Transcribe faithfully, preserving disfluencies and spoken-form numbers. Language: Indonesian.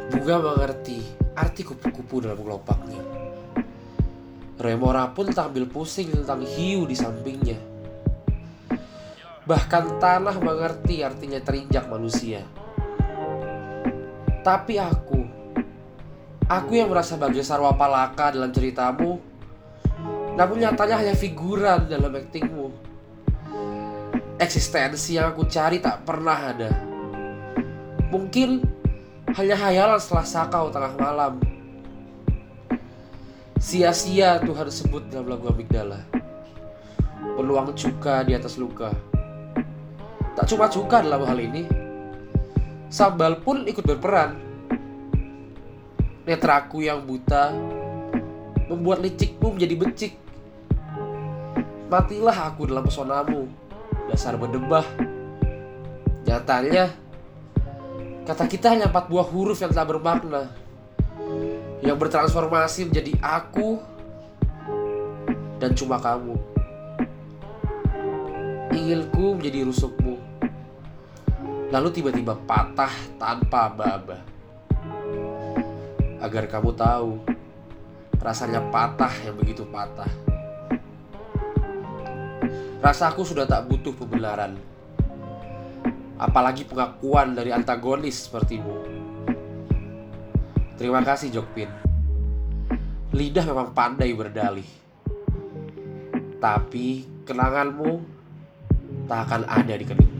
Bunga mengerti arti kupu-kupu dalam kelopaknya. Remora pun tak ambil pusing tentang hiu di sampingnya. Bahkan tanah mengerti artinya terinjak manusia. Tapi aku Aku yang merasa bagai Sarwapalaka dalam ceritamu, namun nyatanya hanya figuran dalam aktingmu. Eksistensi yang aku cari tak pernah ada. Mungkin hanya hayalan setelah sakau tengah malam. Sia-sia Tuhan sebut dalam lagu Amigdala. Peluang cuka di atas luka. Tak cuma cuka dalam hal ini, sambal pun ikut berperan. Netraku yang buta membuat licikmu menjadi becik. Matilah aku dalam pesonamu, dasar berdebah. Nyatanya kata kita hanya empat buah huruf yang tak bermakna, yang bertransformasi menjadi aku dan cuma kamu. Inginku menjadi rusukmu, lalu tiba-tiba patah tanpa aba-aba. Agar kamu tahu rasanya patah yang begitu patah. Rasaku sudah tak butuh pembenaran, apalagi pengakuan dari antagonis sepertimu. Terima kasih Jokpin. Lidah memang pandai berdalih, tapi kenanganmu tak akan ada di keningmu.